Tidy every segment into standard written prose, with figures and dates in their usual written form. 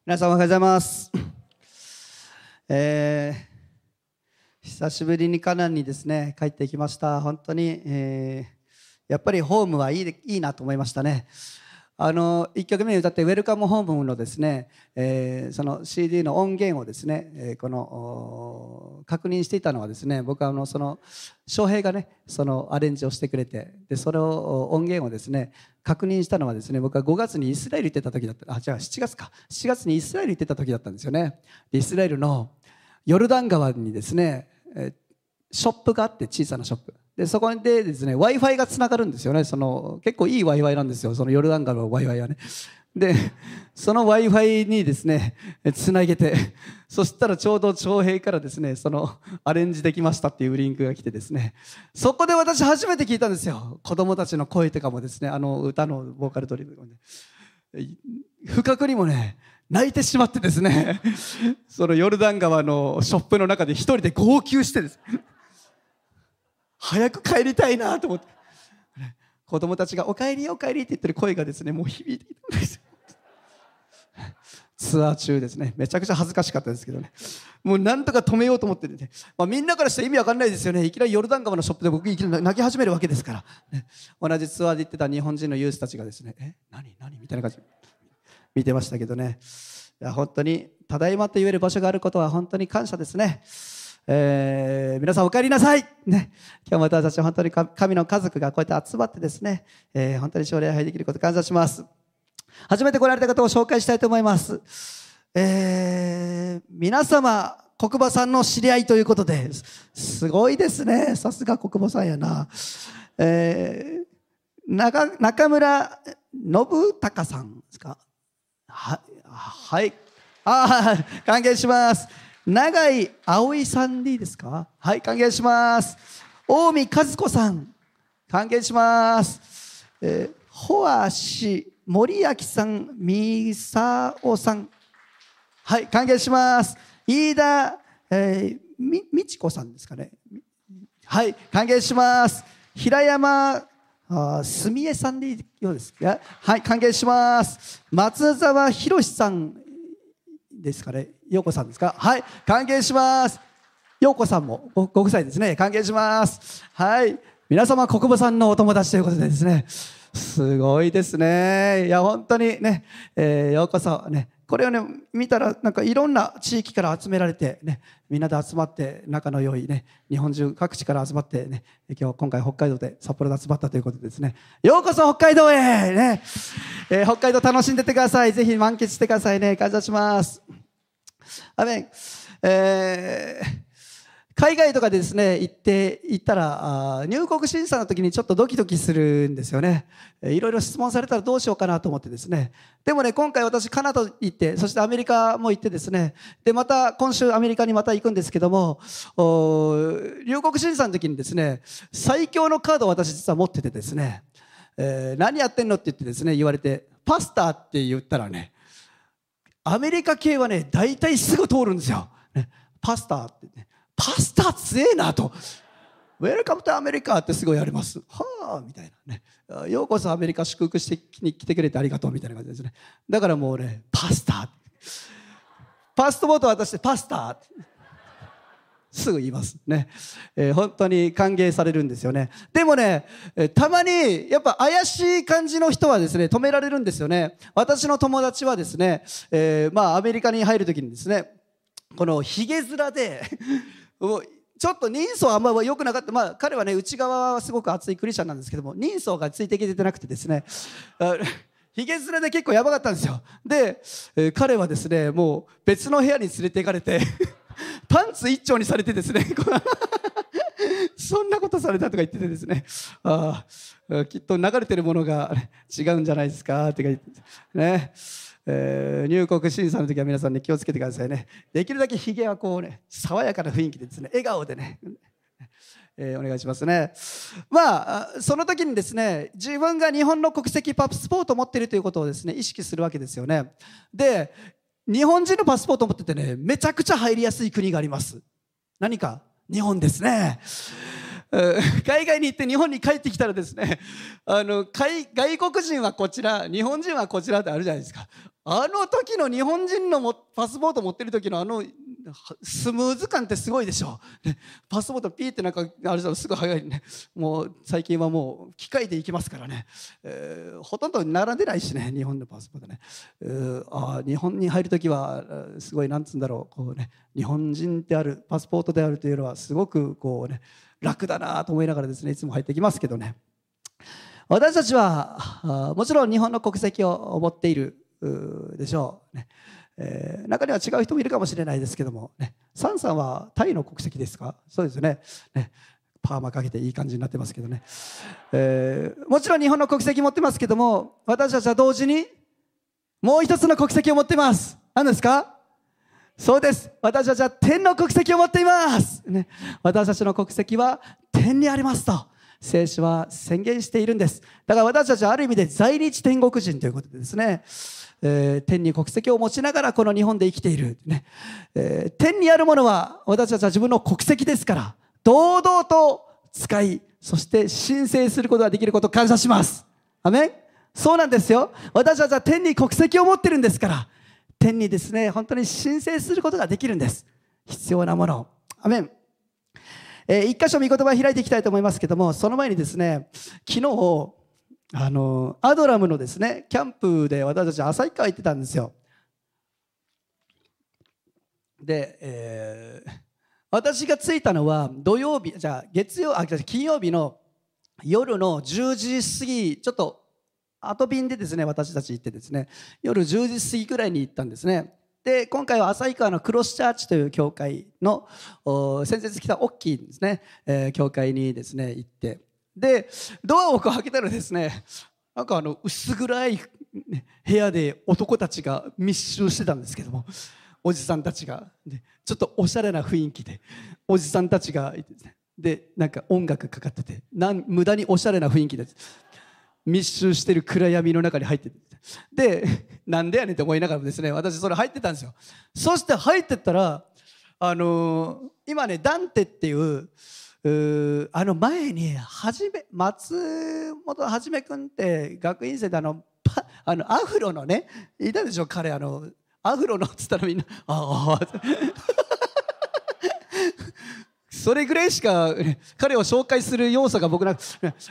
皆さんおはようございます。久しぶりにカナンにですね帰ってきました。本当に、やっぱりホームはいいなと思いましたね。1曲目に歌ってウェルカムホームのですね、その CD の音源をですね、確認していたのはですね、僕はその翔平がねそのアレンジをしてくれて、でそれを音源をですね確認したのはですね、僕は5月にイスラエル行ってた時だった。7月にイスラエル行ってた時だったんですよね。でイスラエルのヨルダン川にですね、ショップがあって、小さなショップで、そこでですね Wi-Fi がつながるんですよね。結構いい Wi-Fi なんですよ、そのヨルダン川の Wi-Fi はね。でその Wi-Fi にですねつなげて、そしたらちょうど翔平からですねそのアレンジできましたっていうリンクが来てですね、そこで私初めて聞いたんですよ。子供たちの声とかもですね、歌のボーカルトリブルもね、不覚にもね泣いてしまってですねそのヨルダン川のショップの中で一人で号泣してです早く帰りたいなと思って、子供たちがお帰りお帰りって言ってる声がですねもう響いていたんですよ。ツアー中ですね、めちゃくちゃ恥ずかしかったですけどね、もうなんとか止めようと思ってね、みんなからしたら意味わかんないですよね。いきなりヨルダン川のショップで僕いきなり泣き始めるわけですから、ね、同じツアーで行ってた日本人のユースたちがですね何みたいな感じで見てましたけどね。いや本当にただいまと言える場所があることは本当に感謝ですね。皆さんお帰りなさい、ね、今日また私は本当に神の家族がこうやって集まってですね、本当に礼拝できることを感謝します。初めて来られた方を紹介したいと思います。皆様国母さんの知り合いということで、すごいですね、さすが国母さんやな。中村信孝さんですか。はい、歓迎します。永井葵さんでいいですか。はい、歓迎します。近江和子さん、歓迎します。保足森明さん、三沙尾さん、はい、歓迎します。飯田、美智子さんですかね。はい、歓迎します。平山すみえさんでいいようですか。はい、歓迎します。松沢博さんですかね。陽子さんですか。はい、歓迎します。陽子さんもご夫妻ですね。歓迎します。はい、皆様国母さんのお友達ということでですね、すごいですね。いや本当にね、ようこそね。これをね見たらなんかいろんな地域から集められてね、みんなで集まって仲の良いね日本中各地から集まってね、今回北海道で札幌で集まったということでですね、ようこそ北海道へね、北海道楽しんでってください。ぜひ満喫してくださいね。感謝します。アメン。海外とかでですね行ったら入国審査の時にちょっとドキドキするんですよね。いろいろ質問されたらどうしようかなと思ってですね。でもね今回私カナダ行って、そしてアメリカも行ってですね、でまた今週アメリカにまた行くんですけども、入国審査の時にですね最強のカードを私実は持っててですね、何やってんのって言ってですね言われて、パスタって言ったらね、アメリカ系はね大体すぐ通るんですよ、ね、パスタってね、パスタ強えなと、ウェルカムトゥアメリカってすごいやります。はあみたいなね、ようこそアメリカ祝福してに来てくれてありがとうみたいな感じですね。だからもうねパスタ、パスポート渡してパスタってすぐ言いますね。本当に歓迎されるんですよね。でもね、たまにやっぱ怪しい感じの人はですね止められるんですよね。私の友達はですね、アメリカに入るときにですね、このひげ面でちょっと人相あんま良くなかった。彼はね内側はすごく熱いクリスチャンなんですけども、人相がついてきてなくてですね、ひげ面で結構やばかったんですよ。で、彼はですねもう別の部屋に連れて行かれてパンツ一丁にされてですねそんなことされたとか言っててですね、きっと流れてるものが違うんじゃないですかって言ってね。入国審査の時は皆さんね気をつけてくださいね。できるだけひげはこうね爽やかな雰囲気でですね、笑顔でね、お願いしますね。その時にですね自分が日本の国籍パスポートを持っているということをですね意識するわけですよね。で日本人のパスポートを持っててねめちゃくちゃ入りやすい国があります。何か日本ですね。 海外に行って日本に帰ってきたらですね、外国人はこちら、日本人はこちらってあるじゃないですか。あの時の日本人のパスポート持ってる時のスムーズ感ってすごいでしょ、ね、パスポートピーってなんかあれじゃすぐ早いね。もう最近はもう機械で行きますからね、ほとんど並んでないしね、日本のパスポートね。日本に入る時はすごいなんつうんだろう、こうね、日本人である、パスポートであるというのはすごくこうね、楽だなと思いながらですね、いつも入ってきますけどね。私たちはもちろん日本の国籍を持っているでしょうね。中には違う人もいるかもしれないですけども、ね、サンさんはタイの国籍ですか？そうですよね。パーマかけていい感じになってますけどね。もちろん日本の国籍持ってますけども、私たちは同時にもう一つの国籍を持っています。何ですか？そうです。私たちは天の国籍を持っています、ね、私たちの国籍は天にありますと聖書は宣言しているんです。だから私たちはある意味で在日天国人ということでですね、天に国籍を持ちながらこの日本で生きている、ね。天にあるものは私たちは自分の国籍ですから堂々と使い、そして申請することができることを感謝します。アメン。そうなんですよ。私たちは天に国籍を持ってるんですから、天にですね、本当に申請することができるんです。必要なものを。アメン。一箇所御言葉を開いていきたいと思いますけども、その前にですね、昨日アドラムのですねキャンプで私たち旭川行ってたんですよ。で、私が着いたのは金曜日の夜の10時過ぎ、ちょっと後便でですね私たち行ってですね、夜10時過ぎくらいに行ったんですね。で今回は旭川のクロスチャーチという教会の先日来た大きいですね、教会にですね行って、でドアを開けたらですね、なんか薄暗い部屋で男たちが密集してたんですけども、おじさんたちがでちょっとおしゃれな雰囲気でおじさんたちがいてですね、でなんか音楽かかってて無駄におしゃれな雰囲気で密集してる暗闇の中に入ってて、でなんでやねんって思いながらですね、私それ入ってたんですよ。そして入ってったら今ねダンテっていう前に松本はじめ君って学院生でアフロのねいたでしょ、彼アフロのっつったらみんなそれぐらいしか彼を紹介する要素が僕なく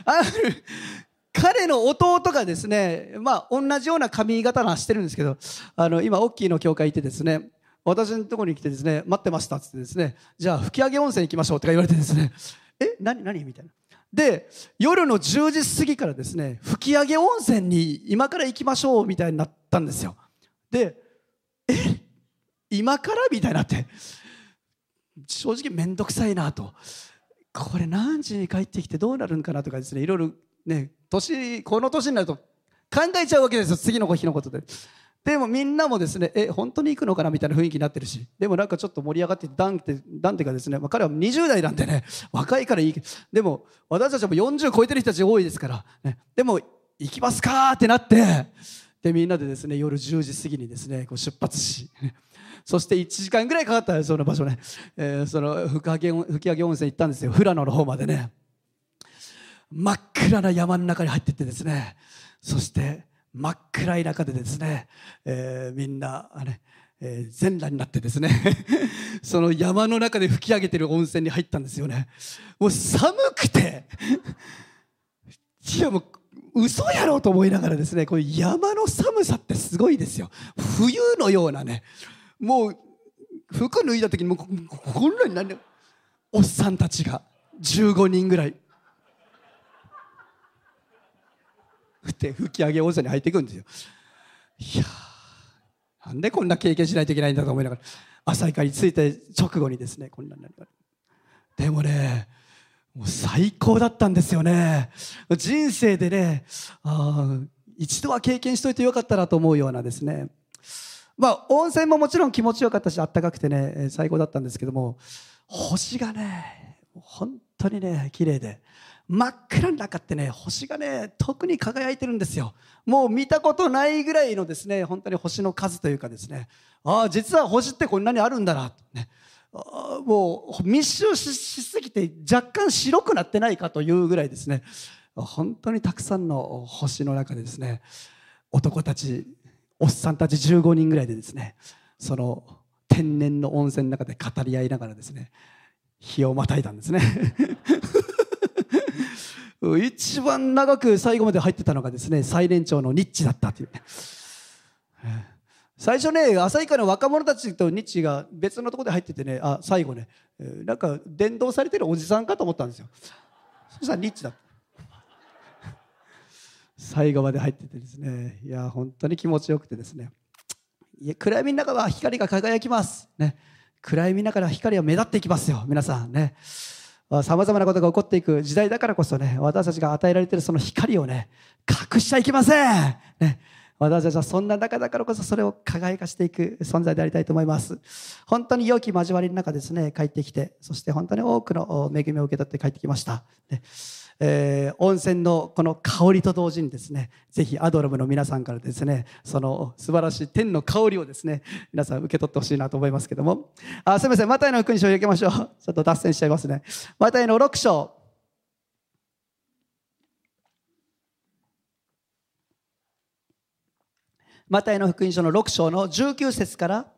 彼の弟がですね、同じような髪型なしてるんですけど、今大きいの教会行ってですね、私のところに来てですね、待ってましたっつってですね、じゃあ吹上温泉行きましょうとか言われてですね、何みたいな。で夜の10時過ぎからですね、吹上温泉に今から行きましょうみたいになったんですよ。で今からみたいになって、正直面倒くさいなと、これ何時に帰ってきてどうなるんかなとかですね、いろいろね、この年になると考えちゃうわけですよ、次の日のことで。でもみんなもですね、本当に行くのかなみたいな雰囲気になってるし、でもなんかちょっと盛り上がってダンテがですね、彼は20代なんでね、若いからいいけど、でも私たちも40超えてる人たち多いですから、ね、でも行きますかってなって、でみんなでですね夜10時過ぎにですねこう出発し、そして1時間ぐらいかかったその場所ね、その吹上温泉行ったんですよ、富良野の方までね。真っ暗な山の中に入っていってですね、そして真っ暗い中でですね、みんな全裸になってですねその山の中で吹き上げてる温泉に入ったんですよね。もう寒くていやもう嘘やろうと思いながらですね、こういう山の寒さってすごいですよ。冬のようなね、もう服脱いだ時にもうこんなになんでおっさんたちが15人ぐらい吹き上げ温泉に入っていくんですよ。いやなんでこんな経験しないといけないんだと思いながら、旭川に着いて直後にですねこんなになります。でもねもう最高だったんですよね。人生でね一度は経験しといてよかったなと思うようなですね、温泉ももちろん気持ちよかったしあったかくてね最高だったんですけども、星がね本当にね綺麗で、真っ暗の中ってね星がね特に輝いてるんですよ。もう見たことないぐらいのですね本当に星の数というかですね、実は星ってこんなにあるんだなとね、 もう密集しすぎて若干白くなってないかというぐらいですね、本当にたくさんの星の中でですね、男たちおっさんたち15人ぐらいでですね、その天然の温泉の中で語り合いながらですね、日をまたいだんですね一番長く最後まで入ってたのがですね、最年長のニッチだったというね。最初ね、旭川の若者たちとニッチが別のところで入っててね、最後ね、なんか伝道されてるおじさんかと思ったんですよ。そしたらニッチだった。最後まで入っててですね、いや本当に気持ちよくてですね、いや暗闇の中は光が輝きますね。暗闇の中では光は目立っていきますよ、皆さんね。さまざまなことが起こっていく時代だからこそね、私たちが与えられているその光をね、隠しちゃいけませんね。私たちはそんな中だからこそそれを輝かしていく存在でありたいと思います。本当に良き交わりの中ですね、帰ってきて、そして本当に多くの恵みを受け取って帰ってきました、ね。温泉のこの香りと同時にですね、ぜひアドラムの皆さんからですね、その素晴らしい天の香りをですね、皆さん受け取ってほしいなと思いますけども、すみません、マタイの福音書を開けましょう。ちょっと脱線しちゃいますね。マタイの6章、マタイの福音書の6章の19節から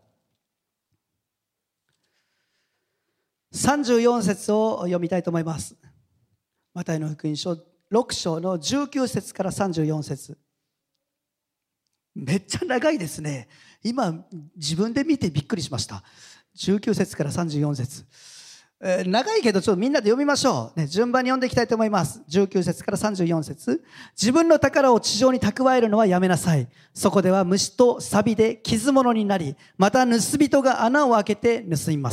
34節を読みたいと思います。マタイの福音書6章の19節から34節。めっちゃ長いですね。今自分で見てびっくりしました。19節から34節。長いけどちょっとみんなで読みましょう、ね、順番に読んでいきたいと思います。19節から34節。自分の宝を地上に蓄えるのはやめなさい。そこでは虫と錆で傷物になり、また盗人が穴を開けて盗みます。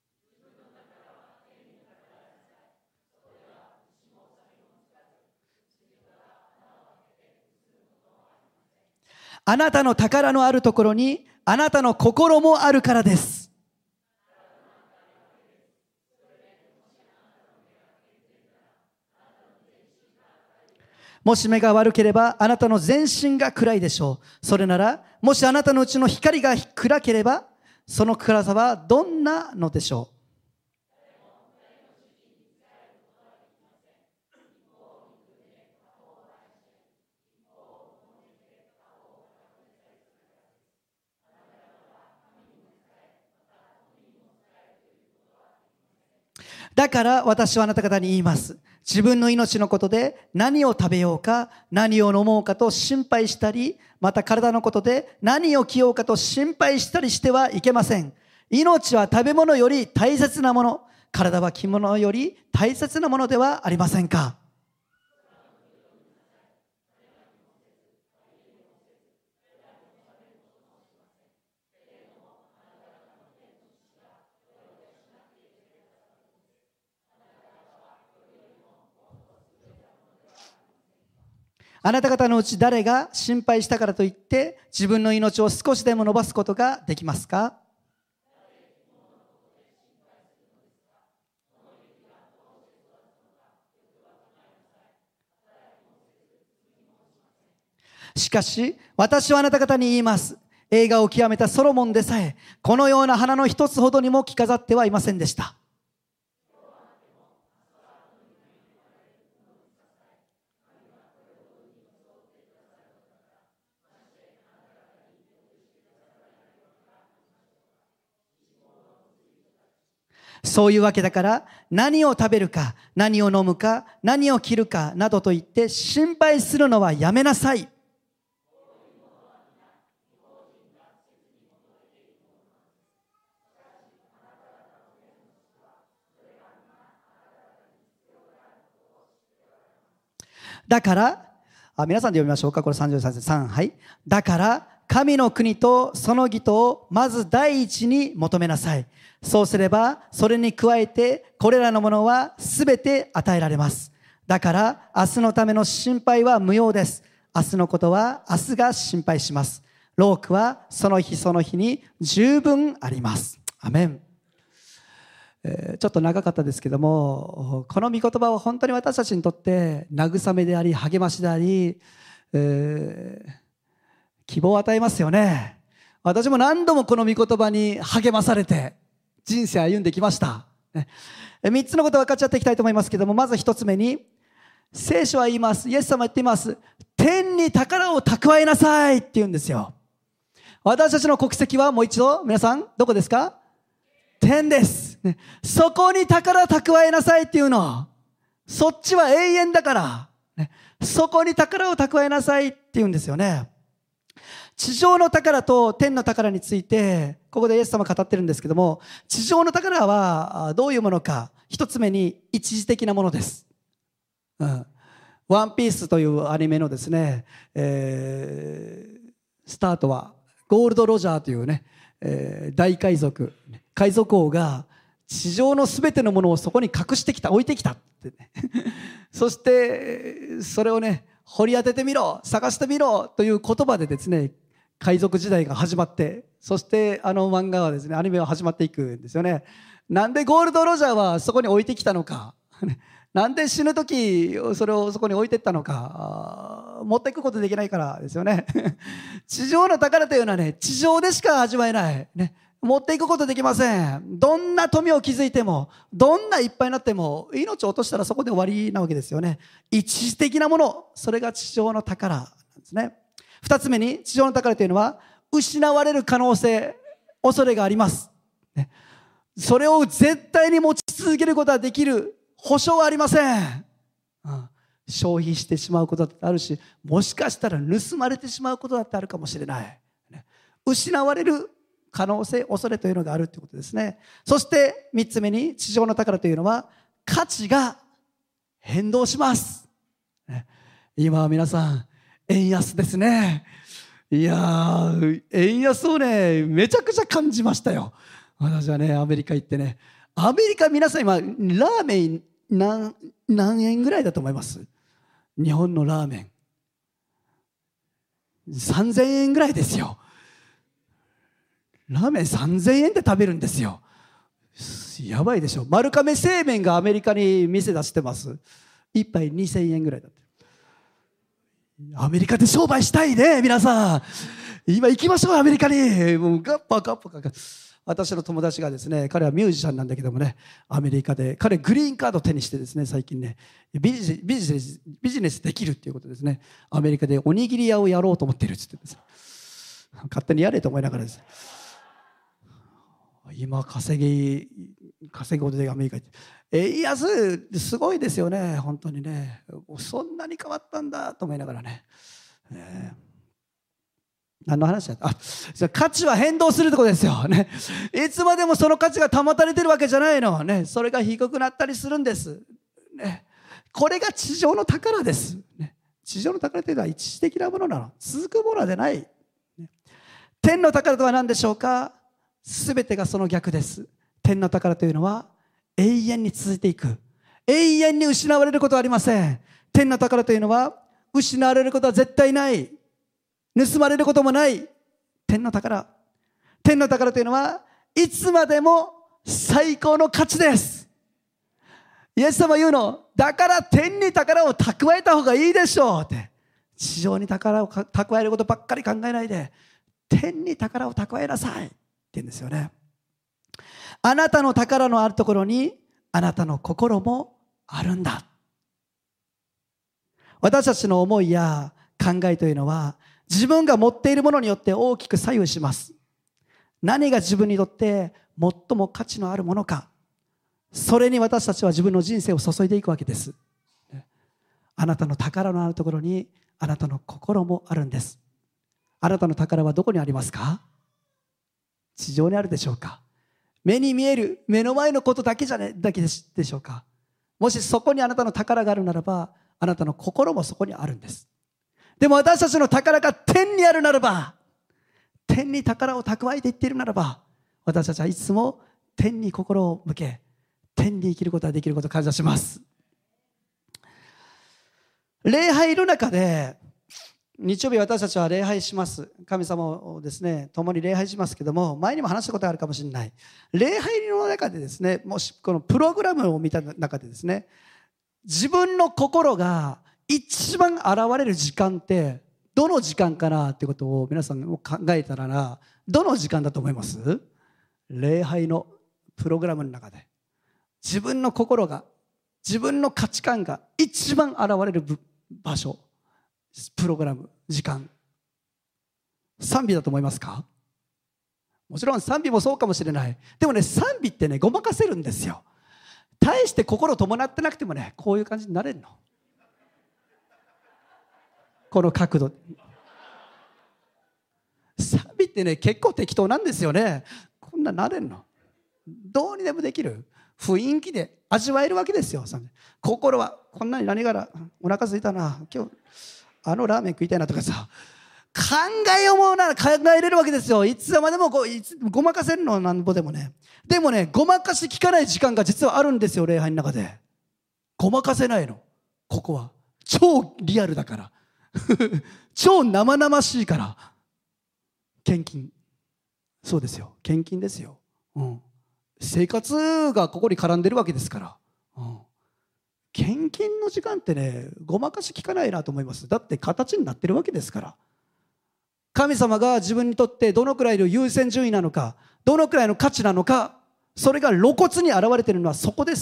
あなたの宝のあるところにあなたの心もあるからです。もし目が悪ければあなたの全身が暗いでしょう。それならもしあなたのうちの光が暗ければその暗さはどんなのでしょう。だから私はあなた方に言います。自分の命のことで何を食べようか何を飲もうかと心配したり、また体のことで何を着ようかと心配したりしてはいけません。命は食べ物より大切なもの、体は着物より大切なものではありませんか。あなた方のうち誰が心配したからといって自分の命を少しでも伸ばすことができますか。しかし私はあなた方に言います。栄華を極めたソロモンでさえこのような花の一つほどにも着飾ってはいませんでした。そういうわけだから何を食べるか何を飲むか何を着るかなどと言って心配するのはやめなさい。だから皆さんで読みましょうか。これ33節3、はい。だから神の国とその義とをまず第一に求めなさい。そうすればそれに加えてこれらのものはすべて与えられます。だから明日のための心配は無用です。明日のことは明日が心配します。労苦はその日その日に十分あります。アメン。ちょっと長かったですけども、この御言葉は本当に私たちにとって慰めであり励ましであり、希望を与えますよね。私も何度もこの御言葉に励まされて人生歩んできました。3つのことを分かっちゃっていきたいと思いますけども、まず1つ目に、聖書は言います。イエス様は言っています。天に宝を蓄えなさいって言うんですよ。私たちの国籍はもう一度、皆さん、どこですか？天です。そこに宝を蓄えなさいっていうの。そっちは永遠だから。そこに宝を蓄えなさいって言うんですよね。地上の宝と天の宝について、ここでイエス様語ってるんですけども、地上の宝はどういうものか。一つ目に一時的なものです。ワンピースというアニメのですね、スタートはゴールド・ロジャーというね、大海賊王が地上のすべてのものをそこに隠してきた、置いてきたってねそしてそれをね、掘り当ててみろ、探してみろという言葉でですね、海賊時代が始まって、そして漫画はですね、アニメは始まっていくんですよね。なんでゴールド・ロジャーはそこに置いてきたのかなんで死ぬ時それをそこに置いていったのか、持っていくことできないからですよね地上の宝というのはね、地上でしか味わえない、ね、持っていくことできません。どんな富を築いても、どんないっぱいになっても、命を落としたらそこで終わりなわけですよね。一時的なもの、それが地上の宝なんですね。二つ目に、地上の宝というのは失われる可能性、恐れがあります、ね、それを絶対に持ち続けることができる保証はありません、消費してしまうことだってあるし、もしかしたら盗まれてしまうことだってあるかもしれない、失われる可能性、恐れというのがあるということですね。そして3つ目に、地上の宝というのは価値が変動します。今は皆さん円安ですね。いやー、円安をね、めちゃくちゃ感じましたよ。私はね、アメリカ行ってね、アメリカ皆さん今ラーメン何円ぐらいだと思います？日本のラーメン3000円ぐらいですよ。ラーメン3000円で食べるんですよ。やばいでしょ。丸亀製麺がアメリカに店出してます。一杯2000円ぐらいだって。アメリカで商売したいね、皆さん。今行きましょう、アメリカに。もうガッパガッパガッパ。私の友達がですね、彼はミュージシャンなんだけどもね、アメリカで彼グリーンカードを手にしてですね、最近ね、ビジネスできるっていうことですね。アメリカでおにぎり屋をやろうと思ってるって言ってです。勝手にやれと思いながらです。今稼ぐことでアメリカ行って、円安すごいですよね、本当にね。そんなに変わったんだと思いながらね。何の話だった？価値は変動するところですよね。いつまでもその価値が保たれてるわけじゃないのね。それが低くなったりするんですね。これが地上の宝ですね。地上の宝というのは一時的なものなの。続くものでない。天の宝とは何でしょうか？すべてがその逆です。天の宝というのは永遠に続いていく。永遠に失われることはありません。天の宝というのは失われることは絶対ない。盗まれることもない天の宝。天の宝というのはいつまでも最高の価値です。イエス様は言うの、だから天に宝を蓄えた方がいいでしょうって。地上に宝を蓄えることばっかり考えないで、天に宝を蓄えなさいって言うんですよね。あなたの宝のあるところにあなたの心もあるんだ。私たちの思いや考えというのは自分が持っているものによって大きく左右します。何が自分にとって最も価値のあるものか、それに私たちは自分の人生を注いでいくわけです。あなたの宝のあるところにあなたの心もあるんです。あなたの宝はどこにありますか？地上にあるでしょうか？目に見える目の前のことだけでしょうか？もしそこにあなたの宝があるならば、あなたの心もそこにあるんです。でも私たちの宝が天にあるならば、天に宝を蓄えていっているならば、私たちはいつも天に心を向け、天に生きることができることを感謝します。礼拝の中で、日曜日私たちは礼拝します。神様をですね、共に礼拝しますけども、前にも話したことがあるかもしれない。礼拝の中でですね、もしこのプログラムを見た中でですね、自分の心が一番現れる時間ってどの時間かなってことを皆さん考えたらどの時間だと思います？礼拝のプログラムの中で自分の心が、自分の価値観が一番現れる場所、プログラム、時間、賛美だと思いますか？もちろん賛美もそうかもしれない。でもね、賛美ってね、ごまかせるんですよ。大して心伴ってなくてもね、こういう感じになれるの。この角度。賛美ってね、結構適当なんですよね。こんななれるの。どうにでもできる雰囲気で味わえるわけですよ。心はこんなに何からお腹空いたな、今日ラーメン食いたいなとかさ、考えようもなら考えれるわけですよ。いつまでもごまかせるのなんぼでもね。でもね、ごまかし聞かない時間が実はあるんですよ、礼拝の中で。ごまかせないの。ここは超リアルだから超生々しいから。献金、そうですよ、献金ですよ、生活がここに絡んでるわけですから、献金の時間ってね、ごまかし聞かないなと思います。だって形になってるわけですから。神様が自分にとってどのくらいの優先順位なのか、どのくらいの価値なのか、それが露骨に現れているのはそこです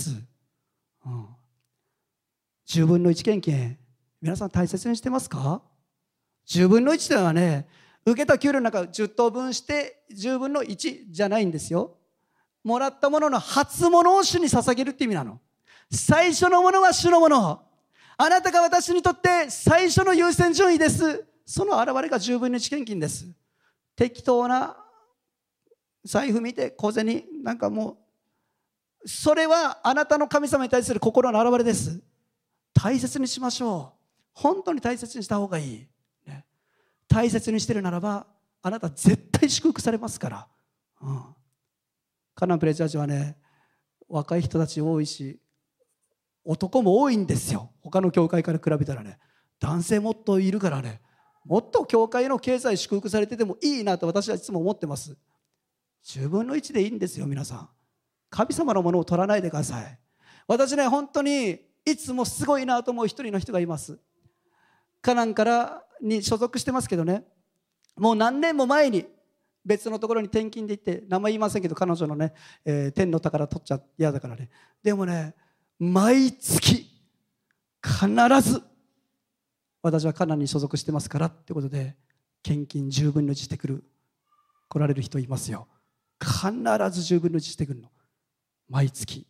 。10分の1献金、皆さん大切にしてますか？10分の1というのはね、受けた給料の中10等分して10分の1じゃないんですよ。もらったものの初物を主に捧げるって意味なの。最初のものは主のもの。あなたが私にとって最初の優先順位です。その現れが10分の1献金です。適当な財布見て小銭なんかもう、それはあなたの神様に対する心の現れです。大切にしましょう。本当に大切にした方がいい。大切にしてるならば、あなた絶対祝福されますから。カナンプレチャーチはね、若い人たち多いし、男も多いんですよ。他の教会から比べたらね。男性もっといるからね、もっと教会の経済祝福されててもいいなと私はいつも思ってます。10分の1でいいんですよ。皆さん、神様のものを取らないでください。私ね、本当にいつもすごいなと思う一人の人がいます。カナンからに所属してますけどね、もう何年も前に別のところに転勤で行って、名前言いませんけど、彼女のね、天の宝取っちゃ嫌だからね。でもね、毎月必ず私はカナンに所属してますからってことで献金10分の1して来られる人いますよ。必ず10分の1してくるの、毎月。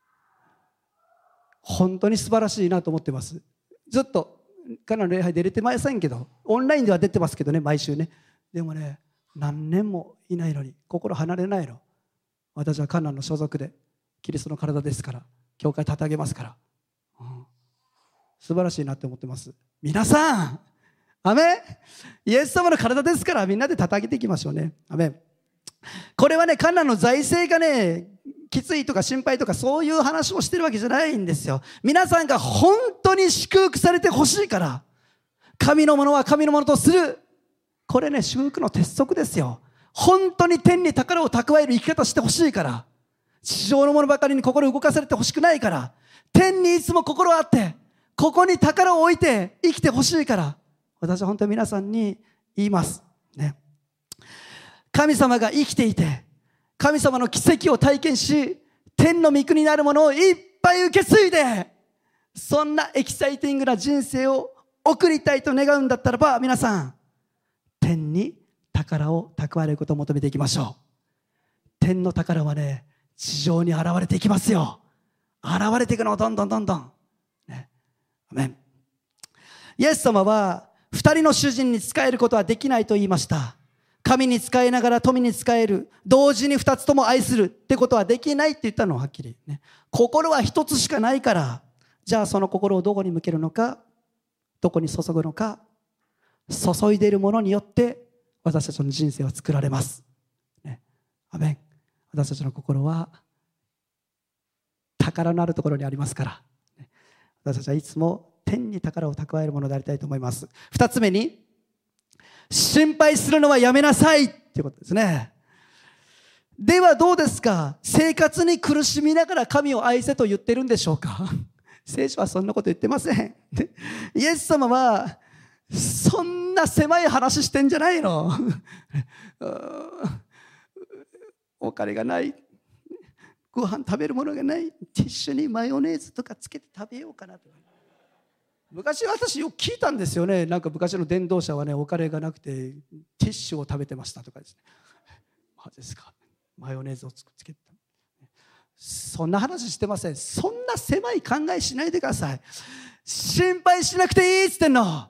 本当に素晴らしいなと思ってます。ずっとカナンの礼拝出れてませんけど、オンラインでは出てますけどね、毎週ね。でもね、何年もいないのに心離れないの。私はカナンの所属でキリストの体ですから、教会叩げますから、素晴らしいなって思ってます。皆さん、アメン。イエス様の体ですから、みんなで叩げていきましょうね。アメン。これはね、カナンの財政がねきついとか心配とかそういう話をしてるわけじゃないんですよ。皆さんが本当に祝福されてほしいから、神のものは神のものとする。これね、祝福の鉄則ですよ。本当に天に宝を蓄える生き方してほしいから、地上のものばかりに心を動かされてほしくないから、天にいつも心あってここに宝を置いて生きてほしいから、私は本当に皆さんに言いますね。神様が生きていて、神様の奇跡を体験し、天の御国になるものをいっぱい受け継いで、そんなエキサイティングな人生を送りたいと願うんだったらば、皆さん天に宝を蓄えることを求めていきましょう。天の宝はね、地上に現れていきますよ。現れていくのをどんどんどんどん、ね、アメン。イエス様は2人の主人に仕えることはできないと言いました。神に仕えながら富に仕える、同時に2つとも愛するってことはできないって言ったのをはっきり、ね、心は1つしかないから、じゃあその心をどこに向けるのか、どこに注ぐのか、注いでいるものによって私たちの人生は作られます、ね、アメン。私たちの心は宝のあるところにありますから、ね、私たちはいつも天に宝を蓄えるものでありたいと思います。2つ目に、心配するのはやめなさいっていうことですね。ではどうですか？生活に苦しみながら神を愛せと言ってるんでしょうか？聖書はそんなこと言ってません。イエス様はそんな狭い話してんじゃないの。お金がない、 ご飯食べるものがない、ティッシュにマヨネーズとかつけて食べようかなとか。昔私よく聞いたんですよね。なんか昔の伝道者はね、お金がなくてティッシュを食べてましたとかですね。マジですか。マヨネーズをつけて、そんな話してません。そんな狭い考えしないでください。心配しなくていいっつってんの。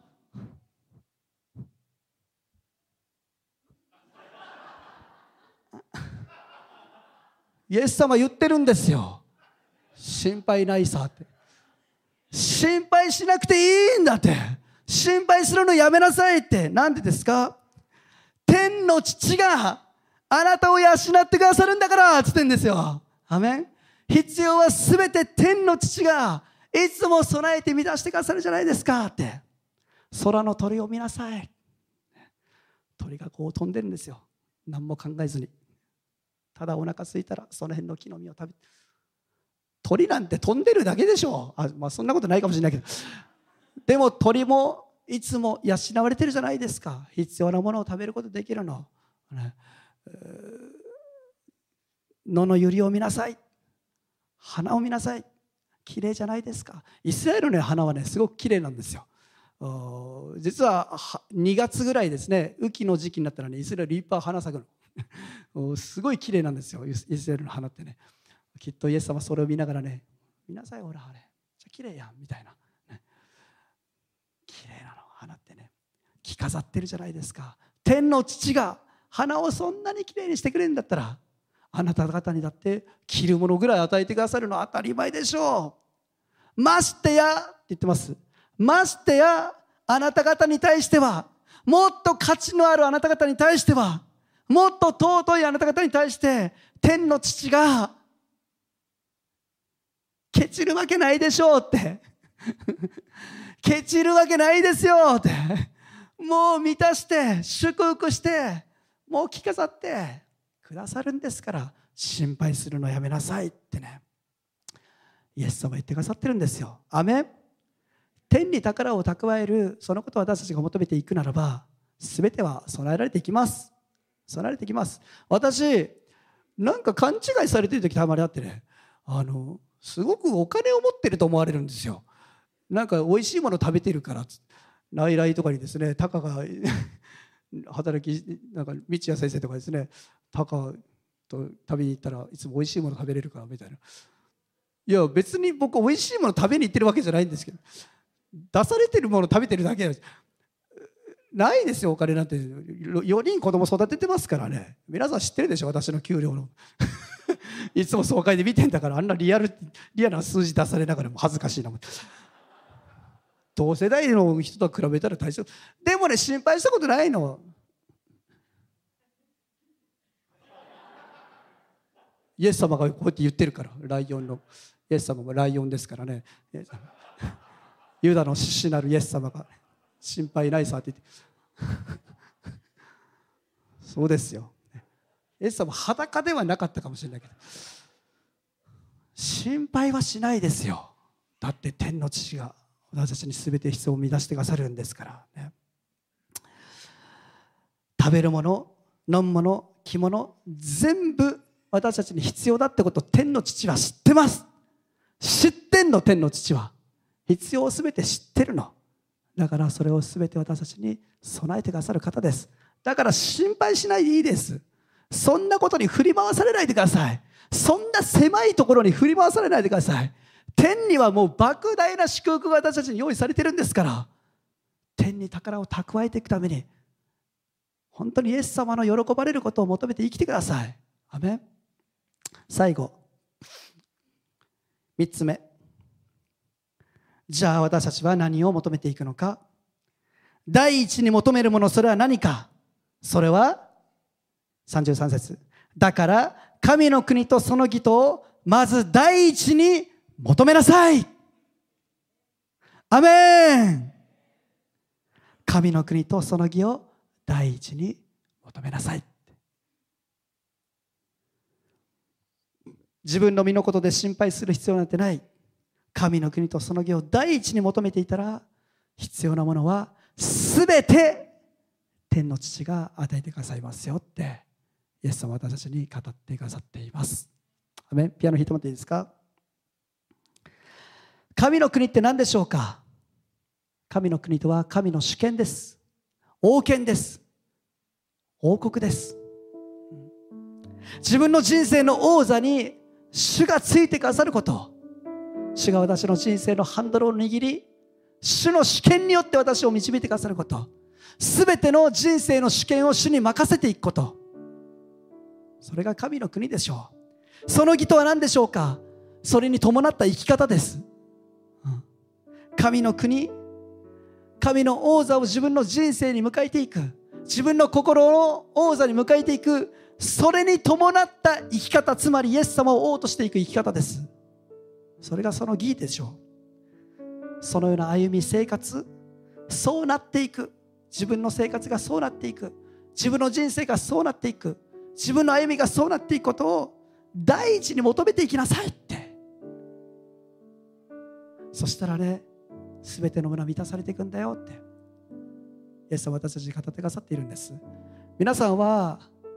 イエス様言ってるんですよ。心配ないさって。心配しなくていいんだって。心配するのやめなさいって。なんでですか？天の父があなたを養ってくださるんだからっつってんですよ。アメン。必要はすべて天の父がいつも備えて満たしてくださるじゃないですかって。空の鳥を見なさい。鳥がこう飛んでるんですよ。何も考えずに。ただお腹空いたらその辺の木の実を食べて。鳥なんて飛んでるだけでしょう。そんなことないかもしれないけど。でも鳥もいつも養われてるじゃないですか。必要なものを食べることできるの。野の百合を見なさい。花を見なさい。綺麗じゃないですか。イスラエルの花はね、すごく綺麗なんですよ。実は2月ぐらいですね、雨季の時期になったらね、イスラエルいっぱい花咲くの。すごい綺麗なんですよ、イスラエルの花ってね。きっとイエス様はそれを見ながらね、見なさい、ほらあれ、綺麗やんみたいな、ね、綺麗なの花ってね、着飾ってるじゃないですか。天の父が花をそんなに綺麗にしてくれるんだったら、あなた方にだって着るものぐらい与えてくださるのは当たり前でしょう。ましてやって言ってます。ましてやあなた方に対しては、もっと価値のあるあなた方に対しては、もっと尊いあなた方に対して天の父がケチるわけないでしょうってケチるわけないですよって、もう満たして祝福してもう着飾ってくださるんですから、心配するのやめなさいってね、イエス様言ってくださってるんですよ。アメン。天に宝を蓄える、そのことを私たちが求めていくならば、全ては備えられていきます。備えられていきます。私なんか勘違いされてる時たまにあってね、すごくお金を持ってると思われるんですよ。なんか美味しいもの食べてるから、内来とかにですね、タカが働き、なんか道谷先生とかですね、タカと食べに行ったらいつも美味しいもの食べれるからみたいな。いや別に僕美味しいもの食べに行ってるわけじゃないんですけど、出されてるもの食べてるだけなんです。ないですよ、お金なんて。4人子供育ててますからね。皆さん知ってるでしょ、私の給料のいつも総会で見てんだから、あんなリアルな数字出されながらも恥ずかしいな。同世代の人と比べたら大丈夫。でもね、心配したことないの。イエス様がこうやって言ってるから。ライオンのイエス様もライオンですからね。ユダの父なるイエス様が心配ないさって言ってそうですよ。イエス様裸ではなかったかもしれないけど、心配はしないですよ。だって天の父が私たちに全て必要を満たしてくださるんですからね。食べるもの、飲むもの、着物、全部私たちに必要だってことを天の父は知ってます。知ってんの、天の父は。必要を全て知ってるの。だからそれを全て私たちに備えてくださる方です。だから心配しないでいいです。そんなことに振り回されないでください。そんな狭いところに振り回されないでください。天にはもう莫大な祝福が私たちに用意されてるんですから、天に宝を蓄えていくために本当にイエス様の喜ばれることを求めて生きてください。アメン。最後3つ目、じゃあ私たちは何を求めていくのか。第一に求めるもの、それは何か。それは33節、だから神の国とその義とをまず第一に求めなさい。アメン。神の国とその義を第一に求めなさい。自分の身のことで心配する必要なんてない。神の国とその義を第一に求めていたら、必要なものはすべて天の父が与えてくださいますよってイエス様は私たちに語ってくださっています。 アメン。ピアノ弾いてもらっていいですか。神の国って何でしょうか。神の国とは神の主権です。王権です。王国です。自分の人生の王座に主がついてくださること、主が私の人生のハンドルを握り、主の主権によって私を導いてくださること、すべての人生の主権を主に任せていくこと、それが神の国でしょう。その義とは何でしょうか。それに伴った生き方です。神の国、神の王座を自分の人生に迎えていく、自分の心の王座に迎えていく、それに伴った生き方、つまりイエス様を王としていく生き方です。それがその義でしょう。そのような歩み、生活、そうなっていく、自分の生活がそうなっていく、自分の人生がそうなっていく、自分の歩みがそうなっていくことを第一に求めていきなさいって。そしたらね、すべてのものは満たされていくんだよって、イエス様は私たちに語ってくださっているんです。皆さんは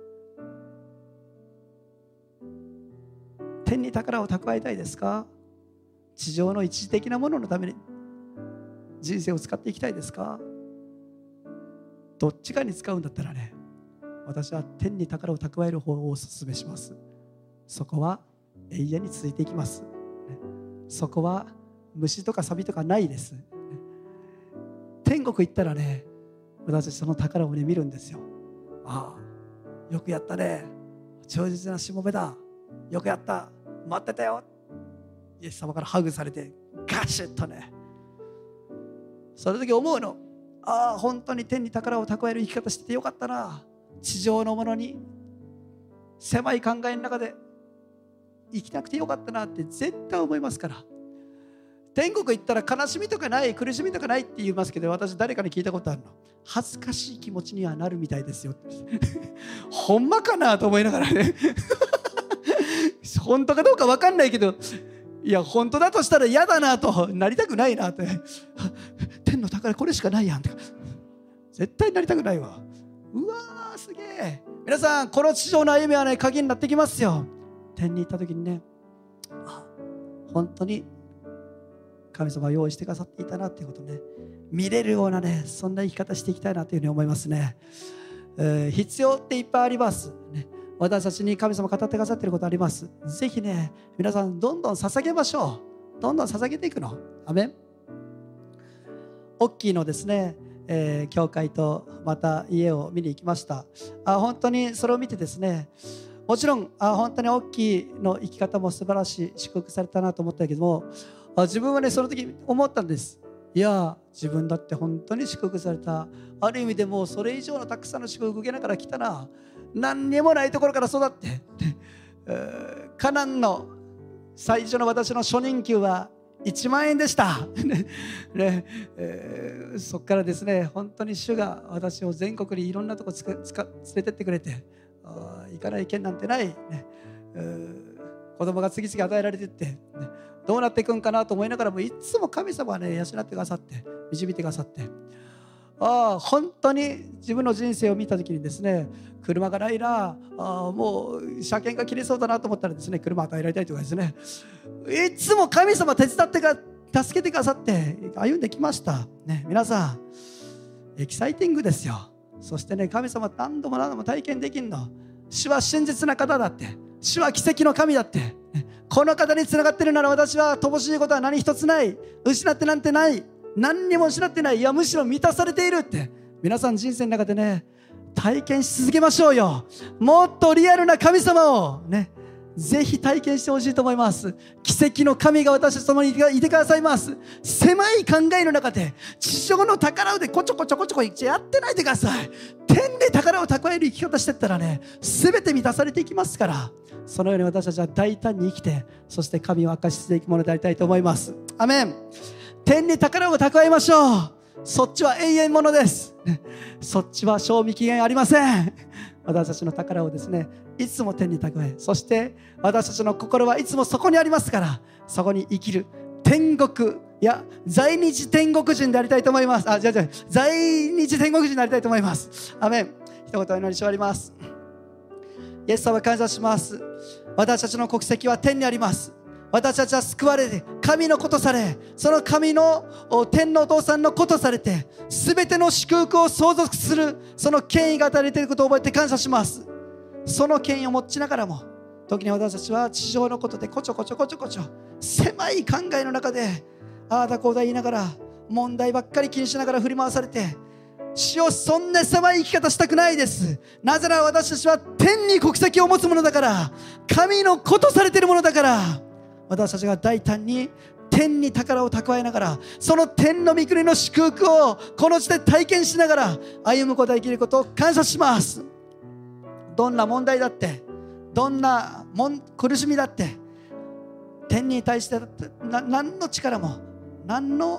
天に宝を蓄えたいですか。地上の一時的なもののために人生を使っていきたいですか。どっちかに使うんだったらね、私は天に宝を蓄える方をお勧めします。そこは永遠に続いていきます。そこは虫とかサビとかないです。天国行ったらね、私たちその宝をね見るんですよ。ああ、よくやったね、忠実なしもべだ、よくやった、待ってたよ、イエス様からハグされてガシッとね、その時思うの、ああ本当に天に宝を蓄える生き方しててよかったな。地上のものに狭い考えの中で生きなくてよかったなって絶対思いますから。天国行ったら悲しみとかない、苦しみとかないって言いますけど、私誰かに聞いたことあるの、恥ずかしい気持ちにはなるみたいですよってほんまかなと思いながらね本当かどうか分かんないけど、いや本当だとしたら嫌だなと、なりたくないなって天の宝これしかないやんって絶対なりたくないわ。うわーすげえ。皆さんこの地上の歩みはね鍵になってきますよ。天に行った時にね、本当に神様は用意してくださっていたなっていうことをね見れるようなね、そんな生き方していきたいなというふうに思いますね。必要っていっぱいあります、ね、私たちに神様語ってくださっていることあります。ぜひね皆さんどんどん捧げましょう。どんどん捧げていくの。アメン。オッキーのですね、教会とまた家を見に行きました。本当にそれを見てですね、もちろん本当にオッキーの生き方も素晴らしい、祝福されたなと思ったけども、自分はねその時思ったんです。いや自分だって本当に祝福された、ある意味でもうそれ以上のたくさんの祝福を受けながら来たな。何にもないところから育ってカナンの最初の私の初任給は1万円でしたねそこからですね、本当に主が私を全国にいろんなとこ連れてってくれて、行かない県なんてない、ね子供が次々与えられていって、ね、どうなっていくんかなと思いながらも、いつも神様はね養ってくださって、導いてくださって、本当に自分の人生を見た時にですね、車がないな、もう車検が切れそうだなと思ったらですね、車与えられたりとかですね、いつも神様手伝って助けてくださって歩んできました、ね、皆さんエキサイティングですよ。そしてね、神様何度も何度も体験できるの。主は真実な方だって、主は奇跡の神だって、この方につながっているなら私は乏しいことは何一つない、失ってなんてない、何にも失ってない、いやむしろ満たされているって、皆さん人生の中でね体験し続けましょうよ。もっとリアルな神様をねぜひ体験してほしいと思います。奇跡の神が私たちと共にいてくださいます。狭い考えの中で地上の宝でこちょこちょこちょこやってないでください。天で宝を蓄える生き方していったらね、全て満たされていきますから、そのように私たちは大胆に生きて、そして神を明かししていくものでありたいと思います。アメン。天に宝を蓄えましょう。そっちは永遠ものです。そっちは賞味期限ありません。私たちの宝をですね、いつも天に蓄え、そして私たちの心はいつもそこにありますから、そこに生きる天国や在日天国人でありたいと思います。在日天国人でありたいと思います。アメン。一言お祈りし終わります。イエス様感謝します。 私たちの国籍は天にあります。私たちは救われて神の子とされ、その神の天のお父さんの子とされて、全ての祝福を相続するその権威が与えられていることを覚えて感謝します。その権威を持ちながらも、時に私たちは地上のことでこちょこちょ狭い考えの中でああだこうだ言いながら、問題ばっかり気にしながら振り回されて、主よ、そんな狭い生き方したくないです。なぜなら私たちは天に国籍を持つものだから、神の子とされているものだから、私たちが大胆に天に宝を蓄えながら、その天の御国の祝福をこの地で体験しながら歩むことができることを感謝します。どんな問題だって、どんな苦しみだって、天に対して何の力も何の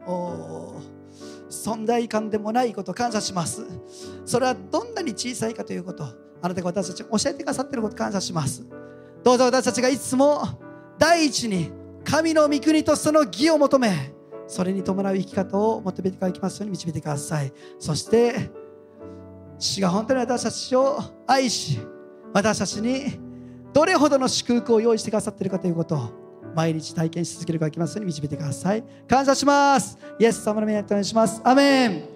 存在感でもないことを感謝します。それはどんなに小さいかということ、あなたが私たちに教えてくださっていることを感謝します。どうぞ私たちがいつも第一に神の御国とその義を求め、それに伴う生き方を求めていただきますように導いてください。そして主が本当に私たちを愛し、私たちにどれほどの祝福を用意してくださっているかということを毎日体験し続けることができますように導いてください。感謝します。イエス様の皆にお願いします。アメン。